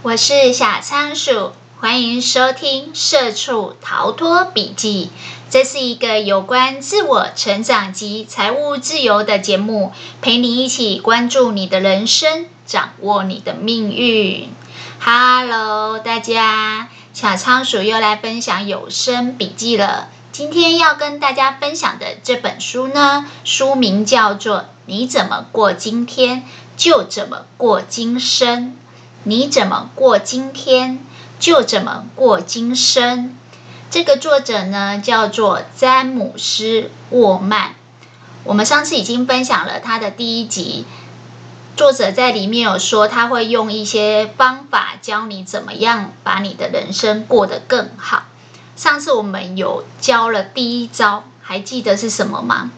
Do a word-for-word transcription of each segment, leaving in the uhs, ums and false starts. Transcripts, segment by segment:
我是小仓鼠，欢迎收听《社畜逃脱笔记》。这是一个有关自我成长及财务自由的节目，陪你一起关注你的人生，掌握你的命运。Hello， 大家，小仓鼠又来分享有声笔记了。今天要跟大家分享的这本书呢，书名叫做《你怎么过今天，就怎么过今生》。你怎么过今天，就怎么过今生。这个作者呢，叫做詹姆斯·沃曼。我们上次已经分享了他的第一集，作者在里面有说，他会用一些方法教你怎么样把你的人生过得更好。上次我们有教了第一招，还记得是什么吗？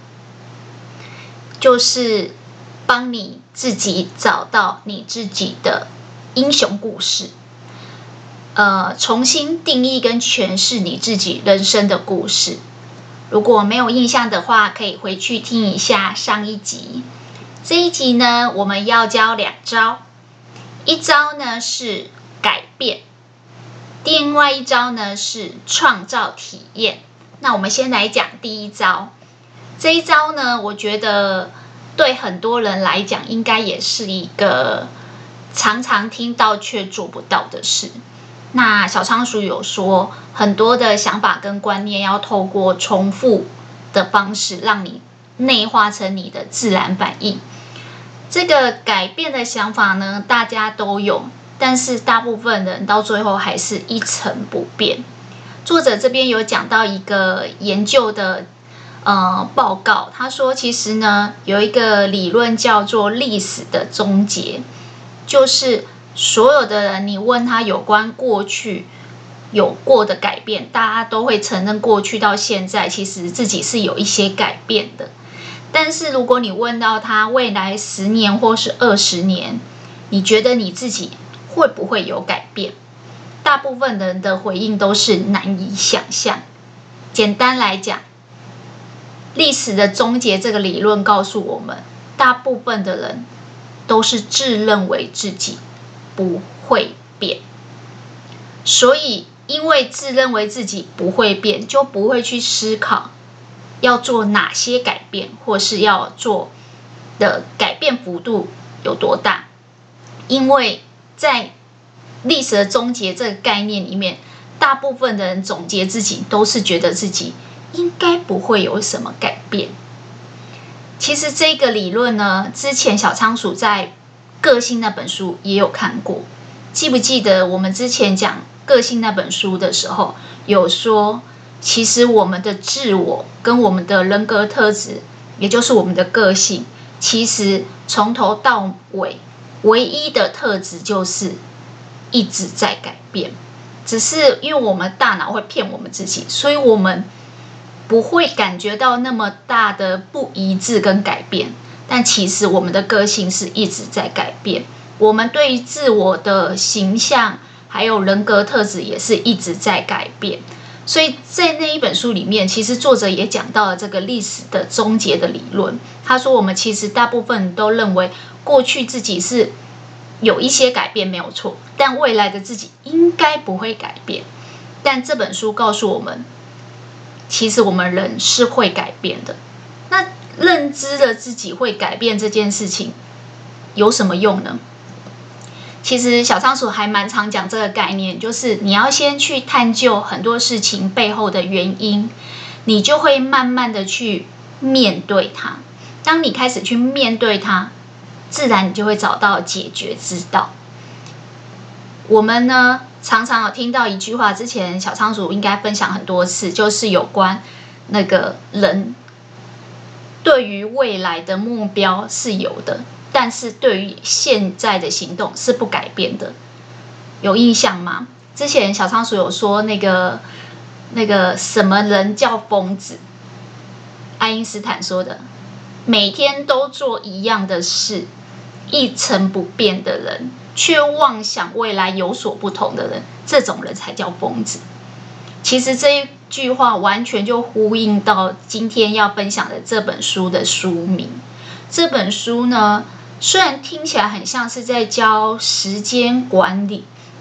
就是帮你自己找到你自己的英雄故事，呃，重新定义跟诠释你自己人生的故事。如果没有印象的话，可以回去听一下上一集。这一集呢，我们要教两招，一招呢是改变，另外一招呢是创造体验。那我们先来讲第一招。这一招呢，我觉得对很多人来讲，应该也是一个常常听到却做不到的事。那小仓鼠有说，很多的想法跟观念要透过重复的方式，让你内化成你的自然反应。这个改变的想法呢，大家都有，但是大部分人到最后还是一成不变。作者这边有讲到一个研究的呃报告，他说其实呢，有一个理论叫做历史的终结。就是所有的人，你问他有关过去有过的改变，大家都会承认过去到现在其实自己是有一些改变的。但是如果你问到他未来十年或是二十年，你觉得你自己会不会有改变？大部分人的回应都是难以想象。简单来讲，历史的终结这个理论告诉我们，大部分的人都是自认为自己不会变，所以因为自认为自己不会变，就不会去思考要做哪些改变，或是要做的改变幅度有多大。因为在历史的终结这个概念里面，大部分的人总结自己都是觉得自己应该不会有什么改变。其实这个理论呢，之前小仓鼠在个性那本书也有看过。记不记得我们之前讲个性那本书的时候，有说其实我们的自我跟我们的人格特质，也就是我们的个性，其实从头到尾唯一的特质就是一直在改变。只是因为我们大脑会骗我们自己，所以我们不会感觉到那么大的不一致跟改变，但其实我们的个性是一直在改变，我们对于自我的形象还有人格特质也是一直在改变。所以在那一本书里面，其实作者也讲到了这个历史的终结的理论。他说我们其实大部分人都认为过去自己是有一些改变没有错，但未来的自己应该不会改变。但这本书告诉我们，其实我们人是会改变的。那认知了自己会改变这件事情有什么用呢？其实小仓鼠还蛮常讲这个概念，就是你要先去探究很多事情背后的原因，你就会慢慢的去面对它。当你开始去面对它，自然你就会找到解决之道。我们呢常常有听到一句话，之前小仓鼠应该分享很多次，就是有关那个人对于未来的目标是有的，但是对于现在的行动是不改变的。有印象吗？之前小仓鼠有说那个那个什么人叫疯子，爱因斯坦说的，每天都做一样的事，一成不变的人，却妄想未来有所不同的人，这种人才叫疯子。其实这一句话完全就呼应到今天要分享的这本书的书名。这本书呢，虽然听起来很像是在教时间管理，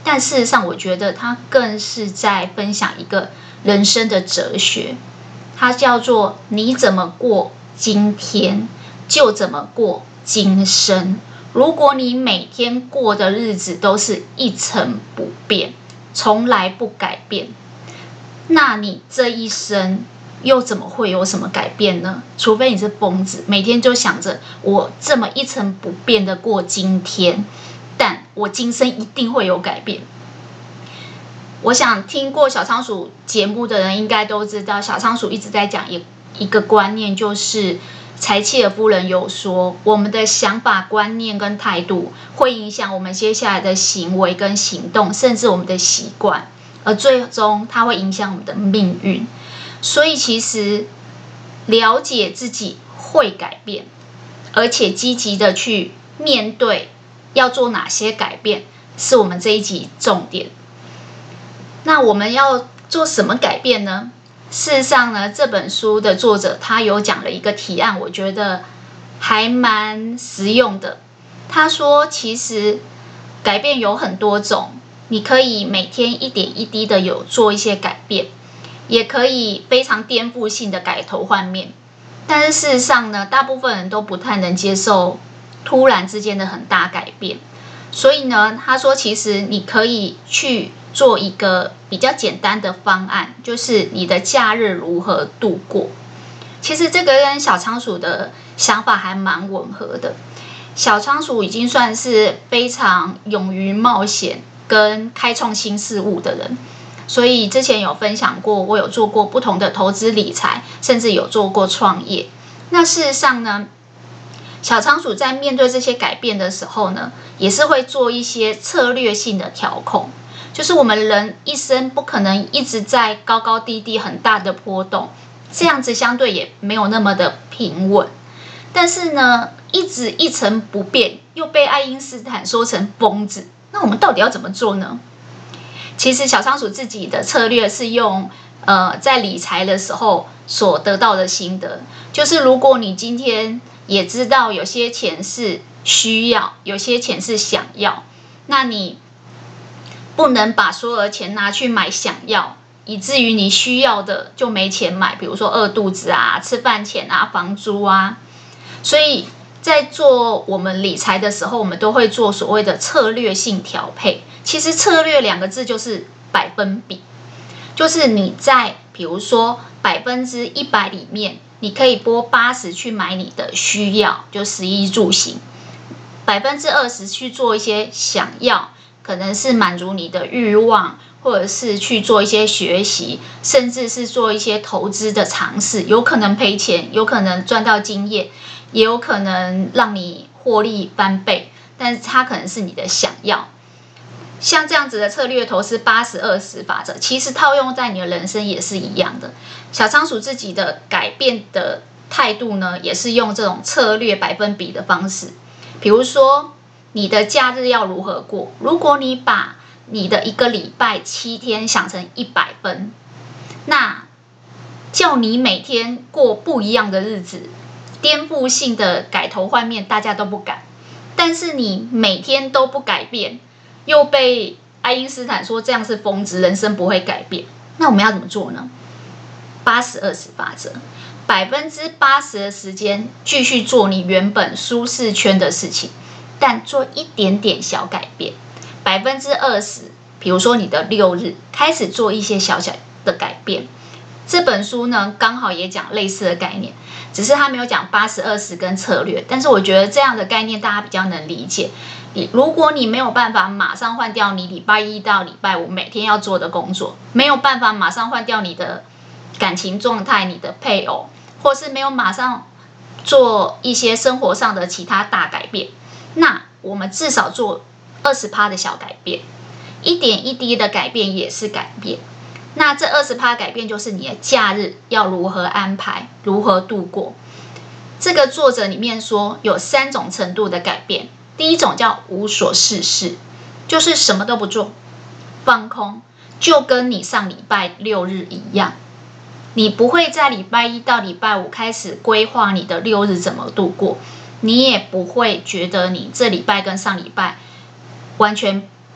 但事实上我觉得他更是在分享一个人生的哲学，它叫做你怎么过今天就怎么过今生。如果你每天过的日子都是一成不变，从来不改变，那你这一生又怎么会有什么改变呢？除非你是疯子，每天就想着我这么一成不变的过今天，但我今生一定会有改变。我想听过小仓鼠节目的人应该都知道，小仓鼠一直在讲一一个观念，就是柴契尔夫人有说，我们的想法、观念跟态度会影响我们接下来的行为跟行动，甚至我们的习惯，而最终它会影响我们的命运。所以其实了解自己会改变，而且积极的去面对要做哪些改变，是我们这一集重点。那我们要做什么改变呢？事实上呢，这本书的作者他有讲了一个提案，我觉得还蛮实用的。他说其实改变有很多种，你可以每天一点一滴的有做一些改变，也可以非常颠覆性的改头换面。但是事实上呢，大部分人都不太能接受突然之间的很大改变。所以呢，他说其实你可以去做一个比较简单的方案，就是你的假日如何度过。其实这个跟小仓鼠的想法还蛮吻合的。小仓鼠已经算是非常勇于冒险跟开创新事物的人，所以之前有分享过，我有做过不同的投资理财，甚至有做过创业。那事实上呢，小仓鼠在面对这些改变的时候呢，也是会做一些策略性的调控。就是我们人一生不可能一直在高高低低很大的波动，这样子相对也没有那么的平稳。但是呢，一直一成不变，又被爱因斯坦说成疯子，那我们到底要怎么做呢？其实小仓鼠自己的策略是用呃在理财的时候所得到的心得，就是如果你今天也知道有些钱是需要，有些钱是想要，那你不能把所有的钱拿去买想要，以至于你需要的就没钱买，比如说饿肚子啊、吃饭钱啊、房租啊。所以在做我们理财的时候，我们都会做所谓的策略性调配。其实策略两个字就是百分比，就是你在比如说百分之一百里面，你可以拨八十去买你的需要，就食衣住行；百分之二十去做一些想要，可能是满足你的欲望，或者是去做一些学习，甚至是做一些投资的尝试，有可能赔钱，有可能赚到经验，也有可能让你获利翻倍，但是它可能是你的想要。像这样子的策略投资八十二十法则，其实套用在你的人生也是一样的。小仓鼠自己的改变的态度呢，也是用这种策略百分比的方式。比如说你的假日要如何过，如果你把你的一个礼拜七天想成一百分，那叫你每天过不一样的日子，颠覆性的改头换面大家都不敢，但是你每天都不改变，又被爱因斯坦说这样是疯子，人生不会改变。那我们要怎么做呢？八十二十法则，百分之八十的时间继续做你原本舒适圈的事情，但做一点点小改变。百分之二十，比如说你的六日开始做一些小小的改变。这本书呢，刚好也讲类似的概念，只是他没有讲八十二十跟策略，但是我觉得这样的概念大家比较能理解。如果你没有办法马上换掉你礼拜一到礼拜五每天要做的工作，没有办法马上换掉你的感情状态、你的配偶，或是没有马上做一些生活上的其他大改变，那我们至少做 百分之二十 的小改变，一点一滴的改变也是改变。那这 百分之二十 改变就是你的假日要如何安排，如何度过。这个作者里面说有三种程度的改变。第一种叫无所事事，就是什么都不做，放空，就跟你上礼拜六日一样，你不会在礼拜一到礼拜五开始规划你的六日怎么度过，你也不会觉得你这礼拜跟上礼拜完全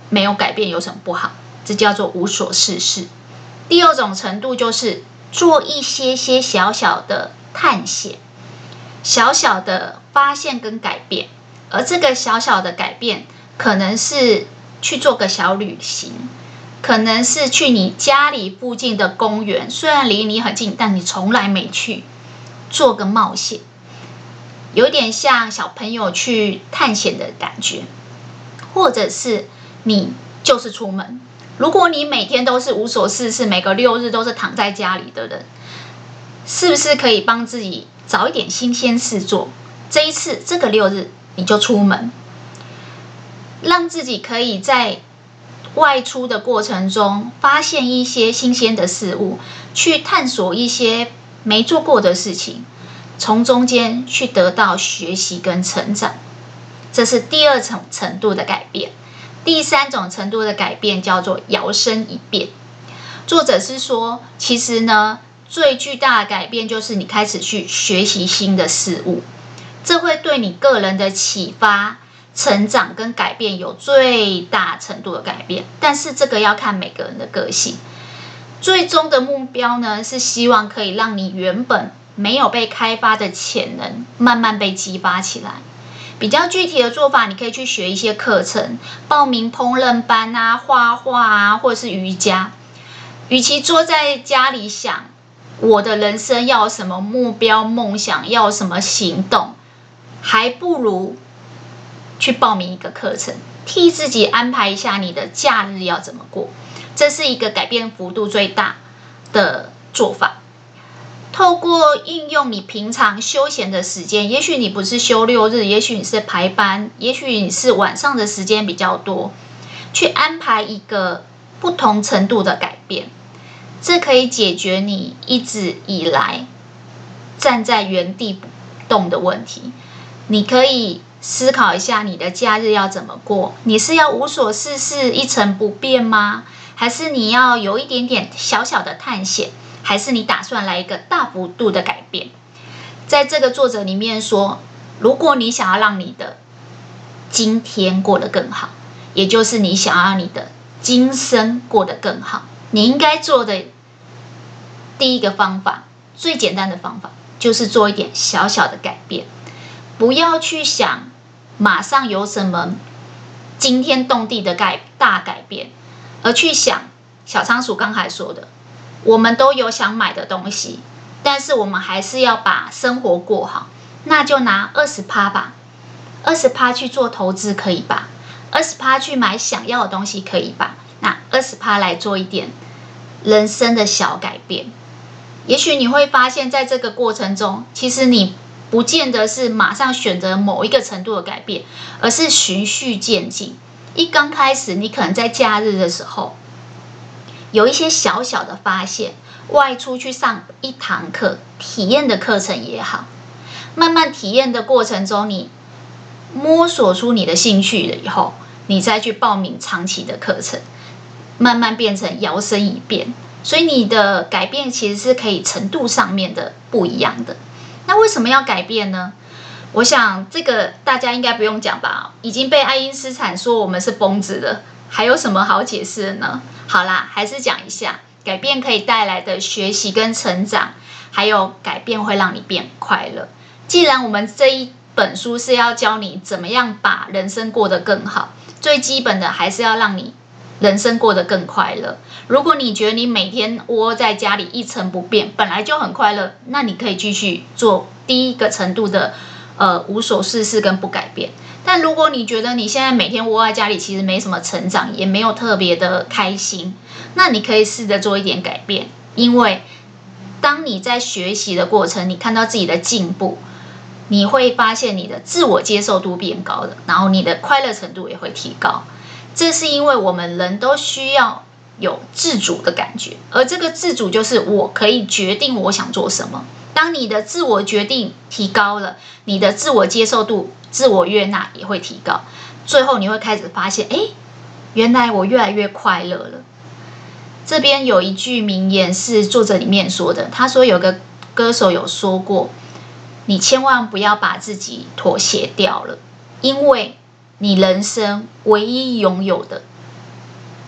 没有改变有什么不好？这叫做无所事事。第二种程度就是做一些些小小的探险，小小的发现跟改变，而这个小小的改变可能是去做个小旅行，可能是去你家里附近的公园，虽然离你很近，但你从来没去，做个冒险，有点像小朋友去探险的感觉。或者是你就是出门，如果你每天都是无所事事，每个六日都是躺在家里的人，是不是可以帮自己找一点新鲜事做？这一次这个六日你就出门，让自己可以在外出的过程中发现一些新鲜的事物，去探索一些没做过的事情，从中间去得到学习跟成长。这是第二种程度的改变。第三种程度的改变叫做摇身一变。作者是说，其实呢，最巨大的改变就是你开始去学习新的事物，这会对你个人的启发、成长跟改变有最大程度的改变。但是这个要看每个人的个性。最终的目标呢，是希望可以让你原本没有被开发的潜能慢慢被激发起来。比较具体的做法，你可以去学一些课程，报名烹饪班啊、画画啊，或者是瑜伽。与其坐在家里想我的人生要有什么目标、梦想，要有什么行动，还不如去报名一个课程，替自己安排一下你的假日要怎么过。这是一个改变幅度最大的做法。透过运用你平常休闲的时间，也许你不是休六日，也许你是排班，也许你是晚上的时间比较多，去安排一个不同程度的改变。这可以解决你一直以来站在原地不动的问题。你可以思考一下你的假日要怎么过，你是要无所事事一成不变吗？还是你要有一点点小小的探险？还是你打算来一个大幅度的改变？在这个作者里面说，如果你想要让你的今天过得更好，也就是你想要你的今生过得更好，你应该做的第一个方法，最简单的方法，就是做一点小小的改变。不要去想马上有什么惊天动地的改大改变，而去想小仓鼠刚才说的，我们都有想买的东西，但是我们还是要把生活过好，那就拿 百分之二十 吧 百分之二十 去做投资可以吧， 百分之二十 去买想要的东西可以吧，那 百分之二十 来做一点人生的小改变。也许你会发现在这个过程中，其实你不见得是马上选择某一个程度的改变，而是循序渐进。一刚开始你可能在假日的时候有一些小小的发现，外出去上一堂课，体验的课程也好，慢慢体验的过程中，你摸索出你的兴趣了以后，你再去报名长期的课程，慢慢变成摇身一变。所以你的改变其实是可以程度上面的不一样的。那为什么要改变呢？我想这个大家应该不用讲吧，已经被爱因斯坦说我们是疯子了，还有什么好解释的呢？好啦，还是讲一下改变可以带来的学习跟成长，还有改变会让你变快乐。既然我们这一本书是要教你怎么样把人生过得更好，最基本的还是要让你人生过得更快乐。如果你觉得你每天窝在家里一成不变本来就很快乐，那你可以继续做第一个程度的呃无所事事跟不改变。但如果你觉得你现在每天窝在家里其实没什么成长，也没有特别的开心，那你可以试着做一点改变。因为当你在学习的过程，你看到自己的进步，你会发现你的自我接受度变高了，然后你的快乐程度也会提高。这是因为我们人都需要有自主的感觉，而这个自主就是我可以决定我想做什么。当你的自我决定提高了，你的自我接受度、自我悦纳也会提高，最后你会开始发现，哎，原来我越来越快乐了。这边有一句名言是作者里面说的，他说有个歌手有说过，你千万不要把自己妥协掉了，因为你人生唯一拥有的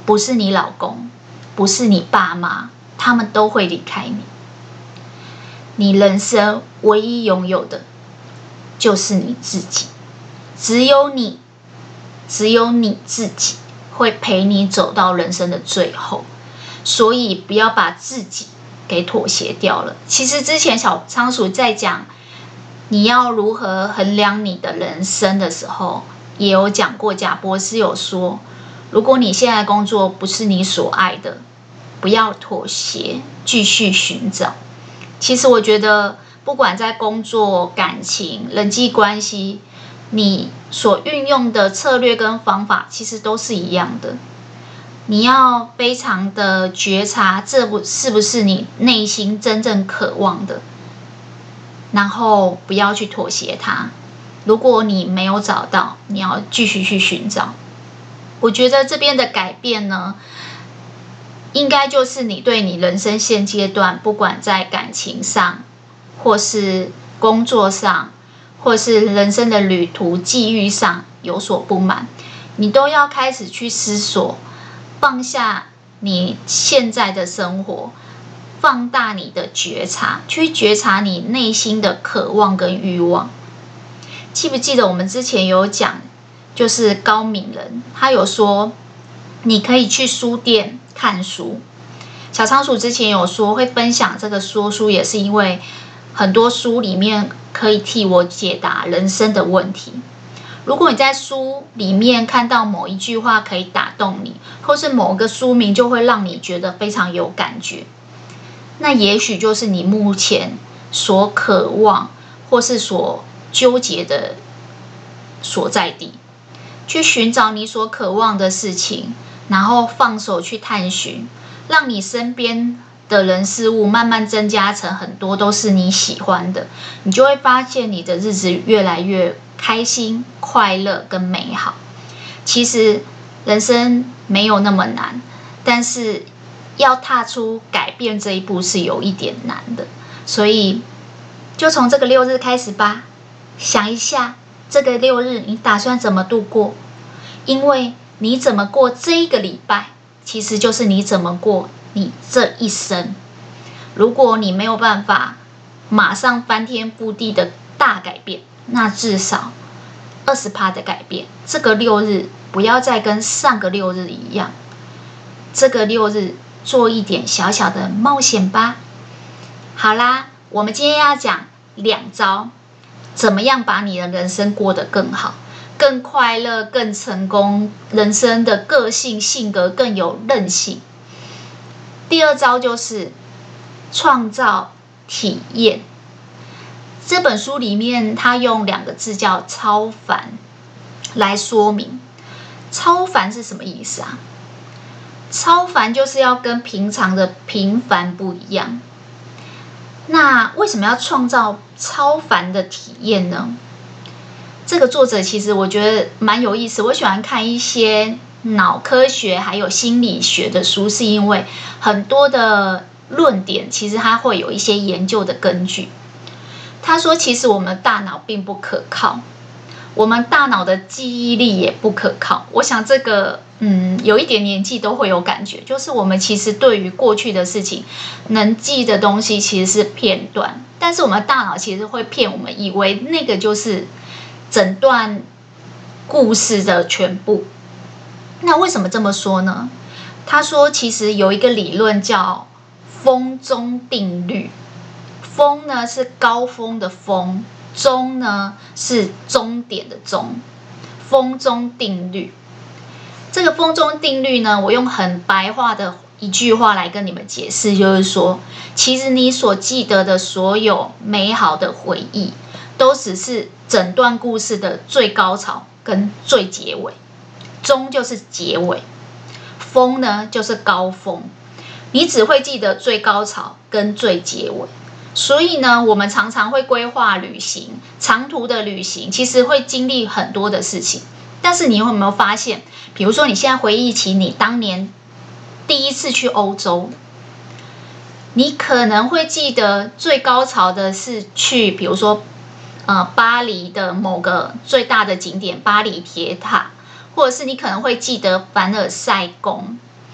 不是你老公，不是你爸妈，他们都会离开你。你人生唯一拥有的就是你自己，只有你，只有你自己会陪你走到人生的最后，所以不要把自己给妥协掉了。其实之前小仓鼠在讲你要如何衡量你的人生的时候，也有讲过，贾博士有说，如果你现在工作不是你所爱的，不要妥协，继续寻找。其实我觉得不管在工作、感情、人际关系，你所运用的策略跟方法其实都是一样的。你要非常的觉察这不是不是你内心真正渴望的，然后不要去妥协它。如果你没有找到，你要继续去寻找。我觉得这边的改变呢，应该就是你对你人生现阶段，不管在感情上，或是工作上，或是人生的旅途际遇上有所不满，你都要开始去思索，放下你现在的生活，放大你的觉察，去觉察你内心的渴望跟欲望。记不记得我们之前有讲，就是高敏人，他有说你可以去书店看书。小仓鼠之前有说会分享这个说书，也是因为很多书里面可以替我解答人生的问题。如果你在书里面看到某一句话可以打动你，或是某个书名就会让你觉得非常有感觉，那也许就是你目前所渴望或是所纠结的所在地。去寻找你所渴望的事情，然后放手去探寻，让你身边的人事物慢慢增加成很多都是你喜欢的，你就会发现你的日子越来越开心、快乐跟美好。其实人生没有那么难，但是要踏出改变这一步是有一点难的，所以就从这个六日开始吧，想一下这个六日你打算怎么度过？因为你怎么过这一个礼拜，其实就是你怎么过你这一生。如果你没有办法马上翻天覆地的大改变，那至少 百分之二十 的改变。这个六日不要再跟上个六日一样，这个六日做一点小小的冒险吧。好啦，我们今天要讲两招，怎么样把你的人生过得更好，更快乐，更成功，人生的个性性格更有韧性。第二招就是创造体验。这本书里面他用两个字叫超凡来说明。超凡是什么意思啊？超凡就是要跟平常的平凡不一样。那为什么要创造超凡的体验呢？这个作者其实我觉得蛮有意思，我喜欢看一些脑科学还有心理学的书，是因为很多的论点其实它会有一些研究的根据。他说其实我们的大脑并不可靠，我们大脑的记忆力也不可靠。我想这个嗯，有一点年纪都会有感觉，就是我们其实对于过去的事情能记的东西其实是片段，但是我们大脑其实会骗我们，以为那个就是整段故事的全部。那为什么这么说呢？他说其实有一个理论叫峰终定律。峰呢是高峰的峰，终呢是终点的终，峰终定律。这个峰终定律呢，我用很白话的一句话来跟你们解释，就是说其实你所记得的所有美好的回忆都只是整段故事的最高潮跟最结尾，终就是结尾，峰呢就是高峰，你只会记得最高潮跟最结尾。所以呢，我们常常会规划旅行，长途的旅行其实会经历很多的事情，但是你有没有发现，比如说你现在回忆起你当年第一次去欧洲，你可能会记得最高潮的是去比如说呃巴黎的某个最大的景点巴黎铁塔，或者是你可能会记得凡尔赛宫，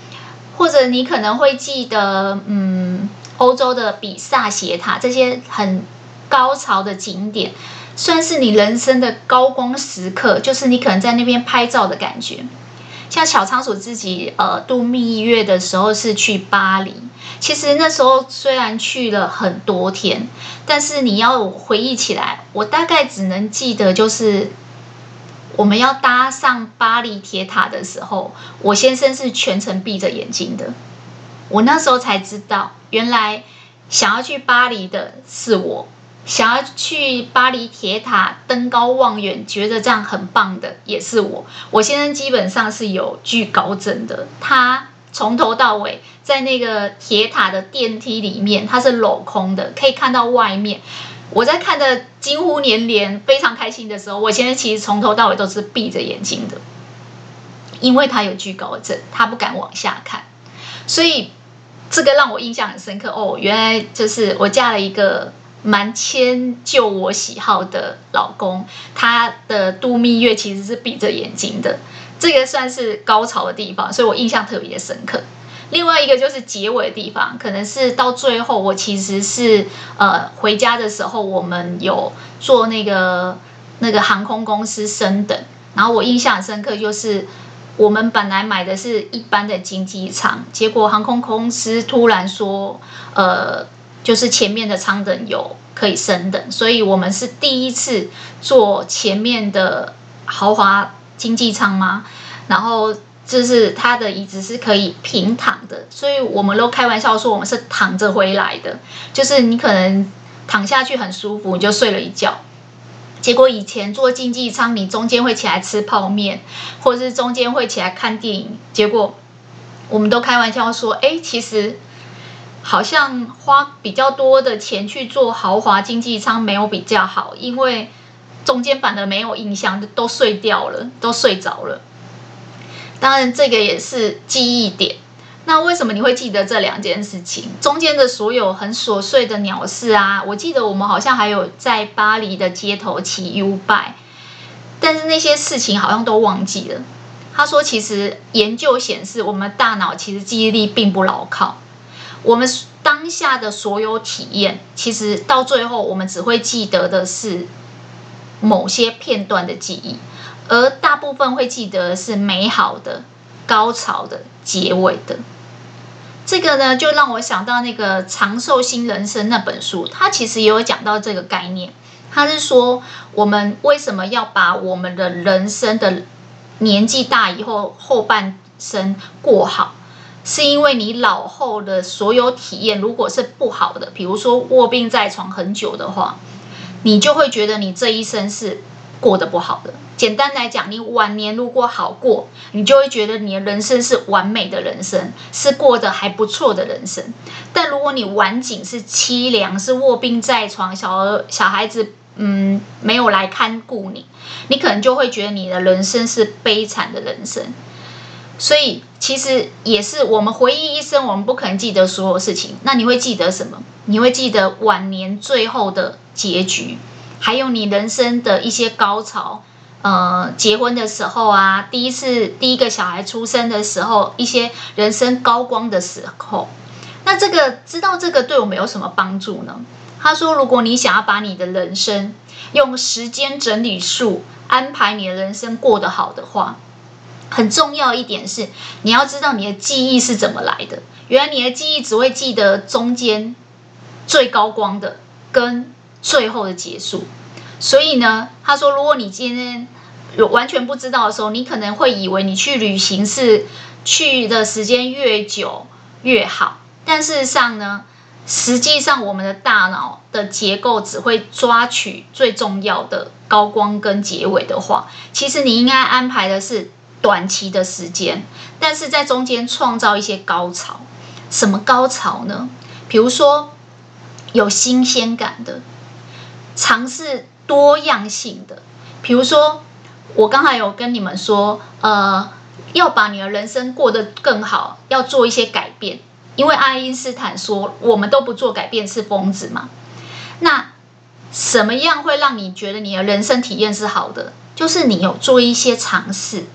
或者你可能会记得，嗯，欧洲的比萨斜塔这些很高潮的景点，算是你人生的高光时刻，就是你可能在那边拍照的感觉。像小仓鼠自己呃度蜜月的时候是去巴黎，其实那时候虽然去了很多天，但是你要回忆起来，我大概只能记得就是我们要搭上巴黎铁塔的时候，我先生是全程闭着眼睛的。我那时候才知道，原来想要去巴黎的是我，想要去巴黎铁塔登高望远，觉得这样很棒的也是我。我先生基本上是有惧高症的，他从头到尾在那个铁塔的电梯里面，它是镂空的，可以看到外面。我在看的惊呼连连、非常开心的时候，我先生其实从头到尾都是闭着眼睛的，因为他有惧高症，他不敢往下看。所以这个让我印象很深刻哦，原来就是我嫁了一个蛮迁就我喜好的老公，他的度蜜月其实是闭着眼睛的，这个算是高潮的地方，所以我印象特别深刻。另外一个就是结尾的地方，可能是到最后，我其实是呃回家的时候，我们有坐那个那个航空公司升等，然后我印象很深刻，就是我们本来买的是一般的经济舱，结果航空公司突然说，呃，就是前面的舱等有可以升等，所以我们是第一次坐前面的豪华经济舱嘛，然后就是它的椅子是可以平躺的，所以我们都开玩笑说我们是躺着回来的，就是你可能躺下去很舒服，你就睡了一觉。结果以前坐经济舱，你中间会起来吃泡面，或者是中间会起来看电影。结果我们都开玩笑说，哎，其实好像花比较多的钱去坐豪华经济舱没有比较好，因为中间反而没有印象，都睡掉了，都睡着了。当然，这个也是记忆点。那为什么你会记得这两件事情？中间的所有很琐碎的鸟事啊，我记得我们好像还有在巴黎的街头骑 U-Bike， 但是那些事情好像都忘记了。他说，其实研究显示，我们大脑其实记忆力并不牢靠，我们当下的所有体验，其实到最后我们只会记得的是某些片段的记忆，而大部分会记得的是美好的、高潮的、结尾的。这个呢，就让我想到那个《长寿新人生》那本书，它其实也有讲到这个概念。它是说，我们为什么要把我们的人生的年纪大以后后半生过好，是因为你老后的所有体验如果是不好的，比如说卧病在床很久的话，你就会觉得你这一生是过得不好的。简单来讲，你晚年如果好过，你就会觉得你的人生是完美的人生，是过得还不错的人生。但如果你晚景是凄凉，是卧病在床，小儿小孩子嗯没有来看顾你，你可能就会觉得你的人生是悲惨的人生。所以其实也是我们回忆一生，我们不可能记得所有事情。那你会记得什么？你会记得晚年最后的结局，还有你人生的一些高潮。呃，结婚的时候啊，第一次第一个小孩出生的时候，一些人生高光的时候。那这个知道这个对我们有什么帮助呢？他说，如果你想要把你的人生用时间整理术安排你的人生过得好的话，很重要一点是你要知道你的记忆是怎么来的。原来你的记忆只会记得中间最高光的跟最后的结束。所以呢，他说，如果你今天完全不知道的时候，你可能会以为你去旅行是去的时间越久越好，但事实上呢，实际上我们的大脑的结构只会抓取最重要的高光跟结尾的话，其实你应该安排的是短期的时间，但是在中间创造一些高潮。什么高潮呢？比如说有新鲜感的，尝试多样性的，比如说我刚才有跟你们说，呃，要把你的人生过得更好，要做一些改变，因为爱因斯坦说我们都不做改变是疯子嘛。那什么样会让你觉得你的人生体验是好的？就是你有做一些尝试，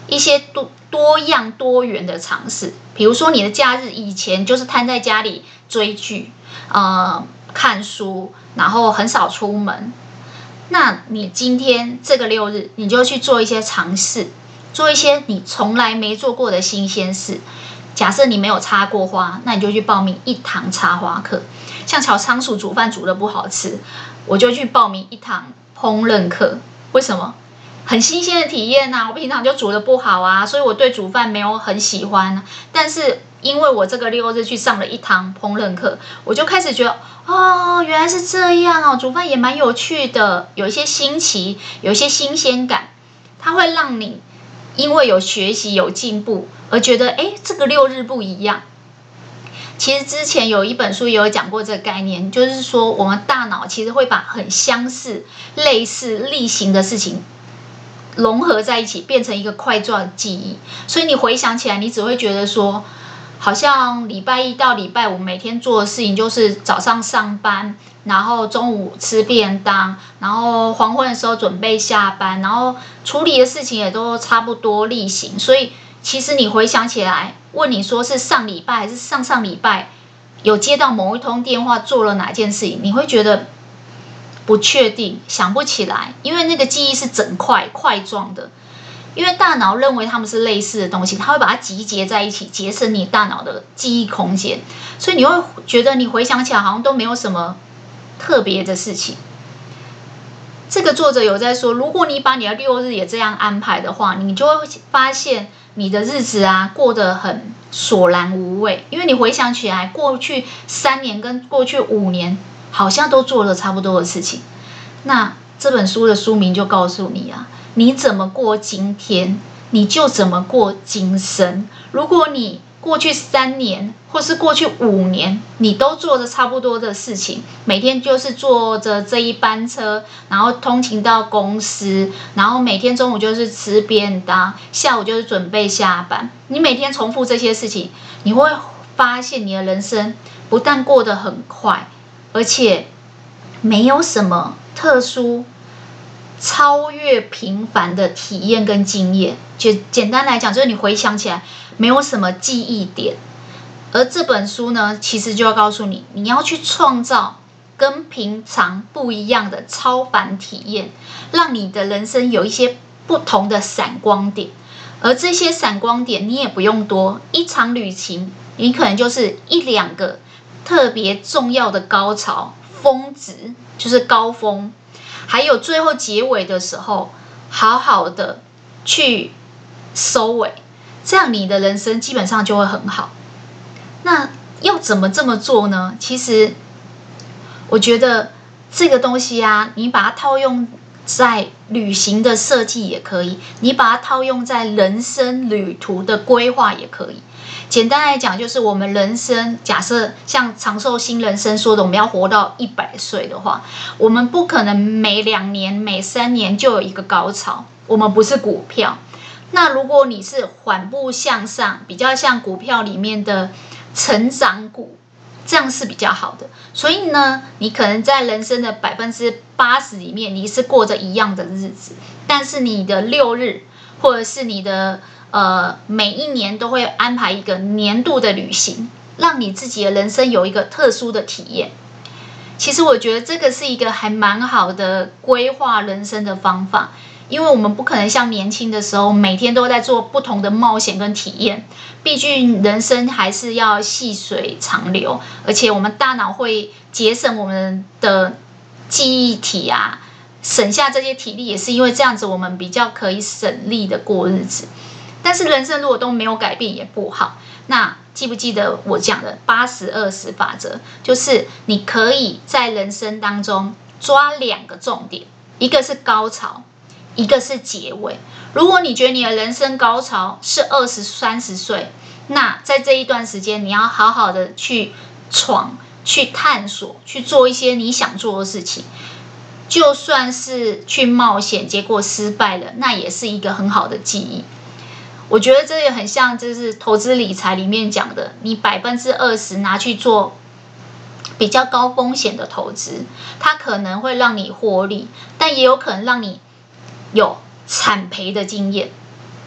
一些多多样多元的尝试。比如说你的假日以前就是瘫在家里追剧、呃看书，然后很少出门。那你今天这个六日，你就去做一些尝试，做一些你从来没做过的新鲜事。假设你没有插过花，那你就去报名一堂插花课。像小仓鼠煮饭煮得不好吃，我就去报名一堂烹饪课。为什么？很新鲜的体验啊！我平常就煮得不好啊，所以我对煮饭没有很喜欢。但是因为我这个六日去上了一堂烹饪课，我就开始觉得，哦，原来是这样哦，煮饭也蛮有趣的，有一些新奇，有一些新鲜感，它会让你因为有学习有进步而觉得，哎，这个六日不一样。其实之前有一本书也有讲过这个概念，就是说我们大脑其实会把很相似、类似、例行的事情融合在一起，变成一个块状记忆。所以你回想起来，你只会觉得说，好像礼拜一到礼拜五每天做的事情就是早上上班，然后中午吃便当，然后黄昏的时候准备下班，然后处理的事情也都差不多例行。所以其实你回想起来，问你说是上礼拜还是上上礼拜有接到某一通电话做了哪件事情，你会觉得不确定，想不起来，因为那个记忆是整块块状的。因为大脑认为它们是类似的东西，它会把它集结在一起，节省你大脑的记忆空间，所以你会觉得你回想起来好像都没有什么特别的事情。这个作者有在说，如果你把你的六日也这样安排的话，你就会发现你的日子啊过得很索然无味，因为你回想起来过去三年跟过去五年好像都做了差不多的事情。那这本书的书名就告诉你啊，你怎么过今天，你就怎么过今生。如果你过去三年或是过去五年，你都做着差不多的事情，每天就是坐着这一班车，然后通勤到公司，然后每天中午就是吃便当，下午就是准备下班。你每天重复这些事情，你会发现你的人生不但过得很快，而且没有什么特殊超越平凡的体验跟经验。就简单来讲，就是你回想起来没有什么记忆点。而这本书呢，其实就要告诉你，你要去创造跟平常不一样的超凡体验，让你的人生有一些不同的闪光点。而这些闪光点你也不用多，一场旅行你可能就是一两个特别重要的高潮峰值，就是高峰，还有最后结尾的时候好好的去收尾，这样你的人生基本上就会很好。那要怎么这么做呢？其实我觉得这个东西啊，你把它套用在旅行的设计也可以，你把它套用在人生旅途的规划也可以。简单来讲，就是我们人生，假设像长寿新人生说的，我们要活到一百岁的话，我们不可能每两年、每三年就有一个高潮。我们不是股票，那如果你是缓步向上，比较像股票里面的成长股，这样是比较好的。所以呢，你可能在人生的百分之八十里面，你是过着一样的日子，但是你的六日或者是你的呃每一年都会安排一个年度的旅行，让你自己的人生有一个特殊的体验。其实我觉得这个是一个还蛮好的规划人生的方法。因为我们不可能像年轻的时候每天都在做不同的冒险跟体验，毕竟人生还是要细水长流，而且我们大脑会节省我们的记忆体啊，省下这些体力，也是因为这样子我们比较可以省力的过日子。但是人生如果都没有改变也不好。那记不记得我讲的八十二十法则，就是你可以在人生当中抓两个重点，一个是高潮，一个是结尾。如果你觉得你的人生高潮是二十三十岁，那在这一段时间你要好好的去闯，去探索，去做一些你想做的事情。就算是去冒险结果失败了，那也是一个很好的记忆。我觉得这也很像就是投资理财里面讲的，你百分之二十拿去做比较高风险的投资，它可能会让你获利，但也有可能让你有惨赔的经验。但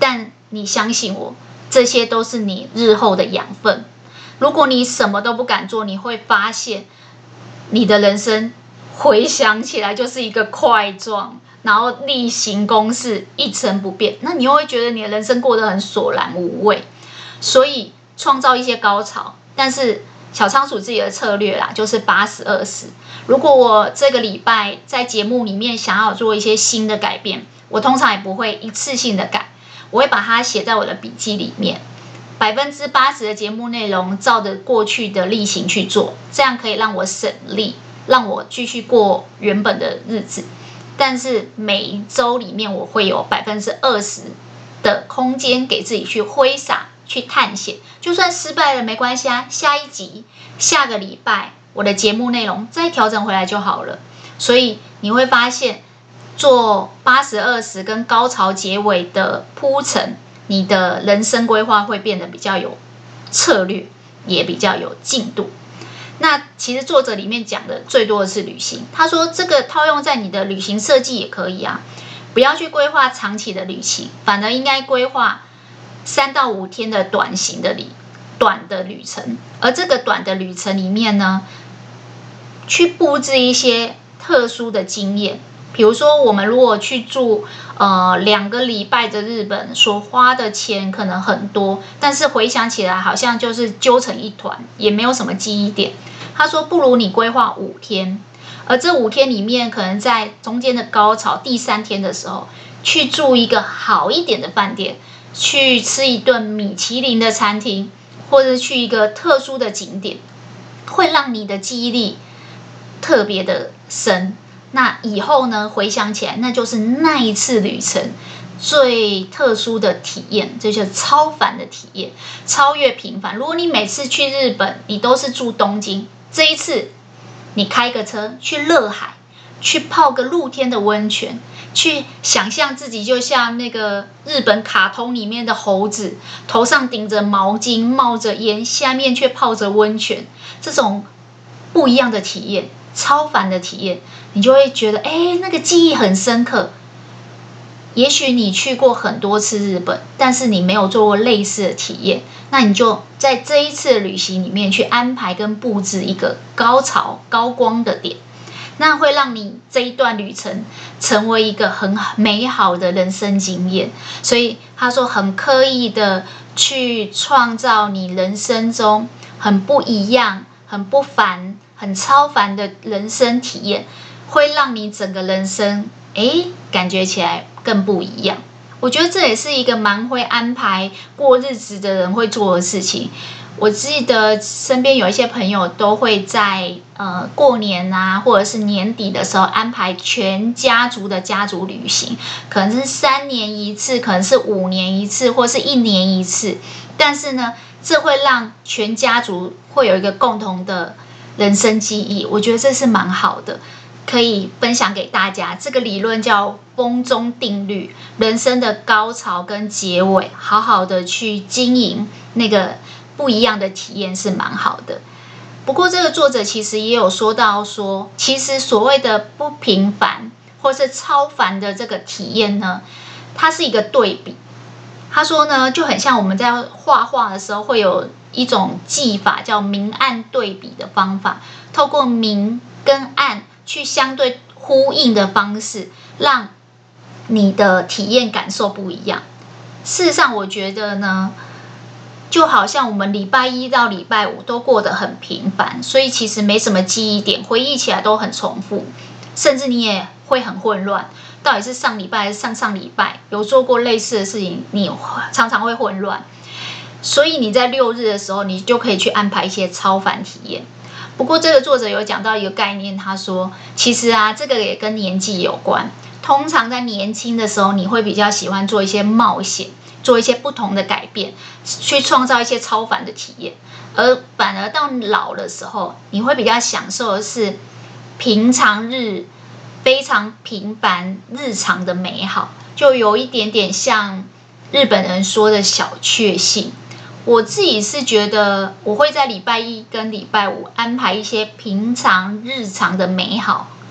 你相信我，这些都是你日后的养分。如果你什么都不敢做，你会发现你的人生回想起来就是一个块状，然后例行公事一成不变，那你又会觉得你的人生过得很索然无味。所以创造一些高潮，但是小仓鼠自己的策略啦，就是八十二十。如果我这个礼拜在节目里面想要做一些新的改变，我通常也不会一次性的改，我会把它写在我的笔记里面。百分之八十的节目内容照着过去的例行去做，这样可以让我省力，让我继续过原本的日子。但是每一周里面，我会有百分之二十的空间给自己去挥洒、去探险。就算失败了没关系啊，下一集、下个礼拜我的节目内容再调整回来就好了。所以你会发现，做八十二十跟高潮结尾的铺陈，你的人生规划会变得比较有策略，也比较有进度。那其实作者里面讲的最多的是旅行，他说这个套用在你的旅行设计也可以啊，不要去规划长期的旅行，反而应该规划三到五天的短型的旅短的旅程。而这个短的旅程里面呢，去布置一些特殊的经验。比如说我们如果去住呃两个礼拜的日本，所花的钱可能很多，但是回想起来好像就是揪成一团，也没有什么记忆点。他说不如你规划五天，而这五天里面可能在中间的高潮第三天的时候，去住一个好一点的饭店，去吃一顿米其林的餐厅，或者去一个特殊的景点，会让你的记忆力特别的深。那以后呢，回想起来，那就是那一次旅程最特殊的体验，这就是超凡的体验，超越平凡。如果你每次去日本，你都是住东京，这一次你开个车去热海，去泡个露天的温泉，去想象自己就像那个日本卡通里面的猴子，头上顶着毛巾，冒着烟，下面却泡着温泉，这种不一样的体验，超凡的体验，你就会觉得哎，那个记忆很深刻。也许你去过很多次日本，但是你没有做过类似的体验，那你就在这一次的旅行里面去安排跟布置一个高潮高光的点，那会让你这一段旅程成为一个很美好的人生经验。所以他说很刻意的去创造你人生中很不一样、很不凡、很超凡的人生体验，会让你整个人生诶感觉起来更不一样。我觉得这也是一个蛮会安排过日子的人会做的事情。我记得身边有一些朋友都会在呃过年啊，或者是年底的时候安排全家族的家族旅行，可能是三年一次，可能是五年一次，或是一年一次。但是呢，这会让全家族会有一个共同的人生记忆，我觉得这是蛮好的，可以分享给大家。这个理论叫风中定律，人生的高潮跟结尾，好好的去经营那个不一样的体验是蛮好的。不过这个作者其实也有说到说，其实所谓的不平凡或是超凡的这个体验呢，它是一个对比。他说呢，就很像我们在画画的时候会有一种技法叫明暗对比的方法，透过明跟暗去相对呼应的方式，让你的体验感受不一样。事实上我觉得呢，就好像我们礼拜一到礼拜五都过得很平凡，所以其实没什么记忆点，回忆起来都很重复，甚至你也会很混乱，到底是上礼拜还是上上礼拜有做过类似的事情，你常常会混乱。所以你在六日的时候，你就可以去安排一些超凡体验。不过这个作者有讲到一个概念，他说其实啊，这个也跟年纪有关。通常在年轻的时候，你会比较喜欢做一些冒险，做一些不同的改变，去创造一些超凡的体验。而反而到老的时候，你会比较享受的是平常日非常平凡日常的美好，就有一点点像日本人说的小确幸。我自己是觉得我会在礼拜一跟礼拜五安排一些平常日常的美好，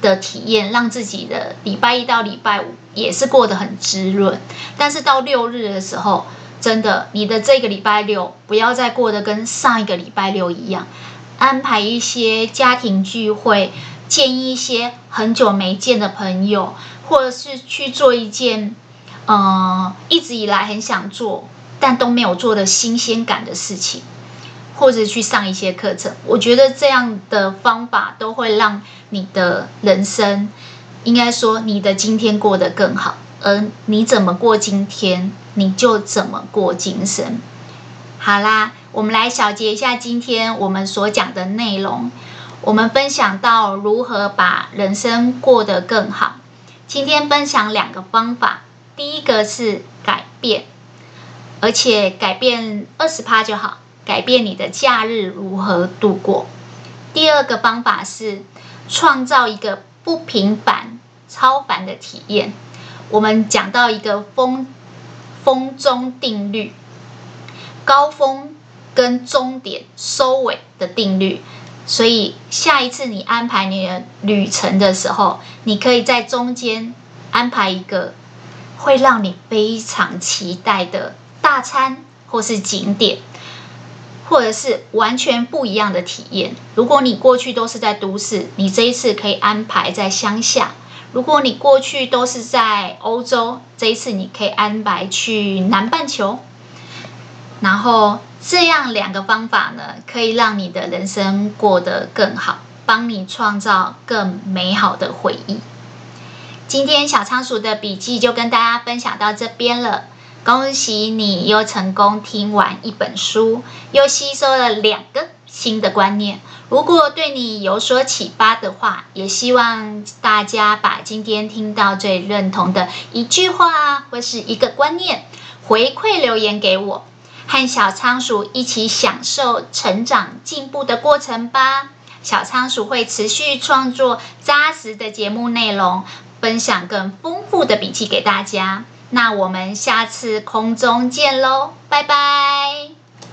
的体验，让自己的礼拜一到礼拜五也是过得很滋润。但是到六日的时候，真的，你的这个礼拜六不要再过得跟上一个礼拜六一样，安排一些家庭聚会，见一些很久没见的朋友，或者是去做一件呃一直以来很想做但都没有做的新鲜感的事情，或者去上一些课程。我觉得这样的方法都会让你的人生，应该说你的今天过得更好，而你怎么过今天，你就怎么过今生。好啦，我们来小结一下今天我们所讲的内容。我们分享到如何把人生过得更好。今天分享两个方法，第一个是改变，而且改变 百分之二十 就好，改变你的假日如何度过。第二个方法是创造一个不平凡、超凡的体验。我们讲到一个风风中定律，高峰跟终点收尾的定律。所以下一次你安排你的旅程的时候，你可以在中间安排一个会让你非常期待的大餐，或是景点，或者是完全不一样的体验。如果你过去都是在都市，你这一次可以安排在乡下；如果你过去都是在欧洲，这一次你可以安排去南半球。然后这样两个方法呢，可以让你的人生过得更好，帮你创造更美好的回忆。今天小仓鼠的笔记就跟大家分享到这边了。恭喜你又成功听完一本书，又吸收了两个新的观念。如果对你有所启发的话，也希望大家把今天听到最认同的一句话或是一个观念回馈留言给我，和小仓鼠一起享受成长进步的过程吧。小仓鼠会持续创作扎实的节目内容，分享更丰富的笔记给大家。那我们下次空中见喽，拜拜。